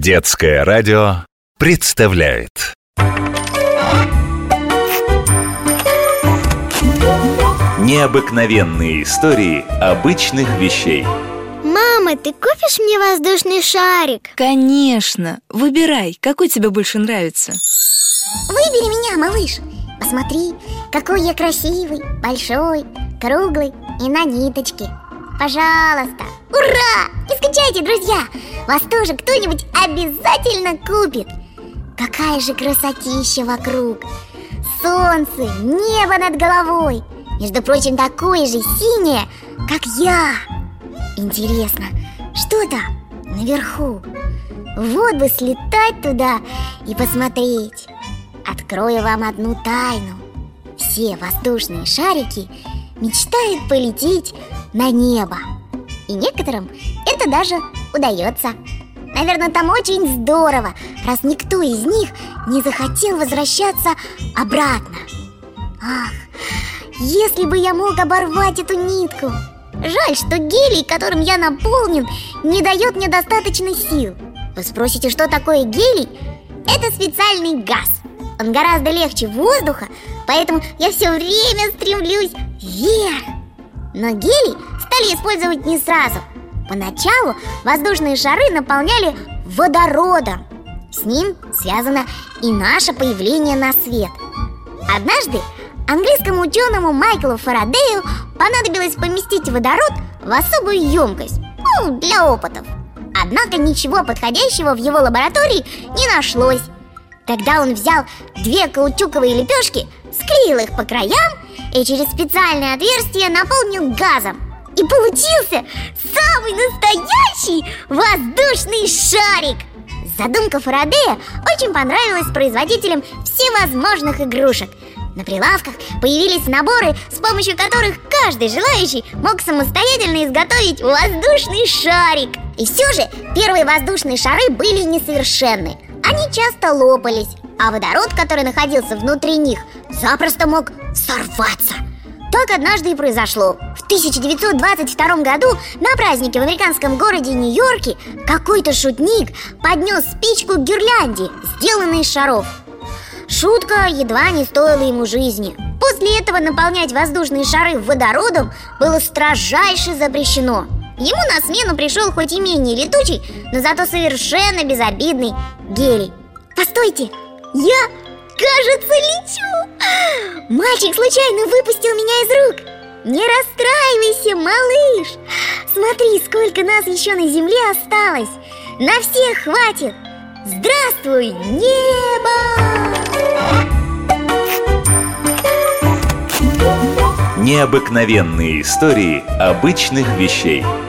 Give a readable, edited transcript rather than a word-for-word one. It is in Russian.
Детское радио представляет необыкновенные истории обычных вещей. Мама, ты купишь мне воздушный шарик? Конечно! Выбирай, какой тебе больше нравится. Выбери меня, малыш. Посмотри, какой я красивый, большой, круглый и на ниточке. Пожалуйста. Ура! Не скучайте, друзья. Вас тоже кто-нибудь обязательно купит. Какая же красотища вокруг. Солнце, небо над головой. Между прочим, такое же синее, как я. Интересно, что там наверху? Вот бы слетать туда и посмотреть. Открою вам одну тайну. Все воздушные шарики мечтают полететь на небо. И некоторым это даже удается. Наверное, там очень здорово, раз никто из них не захотел возвращаться обратно. Ах, если бы я мог оборвать эту нитку. Жаль, что гелий, которым я наполнен, не дает мне достаточно сил. Вы спросите, что такое гелий? Это специальный газ. Он гораздо легче воздуха, поэтому я все время стремлюсь вверх. Но гелий стали использовать не сразу. Поначалу воздушные шары наполняли водородом. С ним связано и наше появление на свет. Однажды английскому ученому Майклу Фарадею понадобилось поместить водород в особую емкость, для опытов. Однако ничего подходящего в его лаборатории не нашлось. Тогда он взял 2 каучуковые лепешки, склеил их по краям и через специальное отверстие наполнил газом. И получился самый настоящий воздушный шарик. Задумка Фарадея очень понравилась производителям всевозможных игрушек. На прилавках появились наборы, с помощью которых каждый желающий мог самостоятельно изготовить воздушный шарик. И все же первые воздушные шары были несовершенны. Они часто лопались, а водород, который находился внутри них, запросто мог взорваться. Так однажды и произошло. В 1922 году на празднике в американском городе Нью-Йорке какой-то шутник поднес спичку к гирлянде, сделанной из шаров. Шутка едва не стоила ему жизни. После этого наполнять воздушные шары водородом было строжайше запрещено. Ему на смену пришел хоть и менее летучий, но зато совершенно безобидный гелий. Постойте, я, кажется, лечу. Мальчик случайно выпустил меня из рук. Не расстраивайся, малыш. Смотри, сколько нас еще на земле осталось. На всех хватит. Здравствуй, небо! Необыкновенные истории обычных вещей.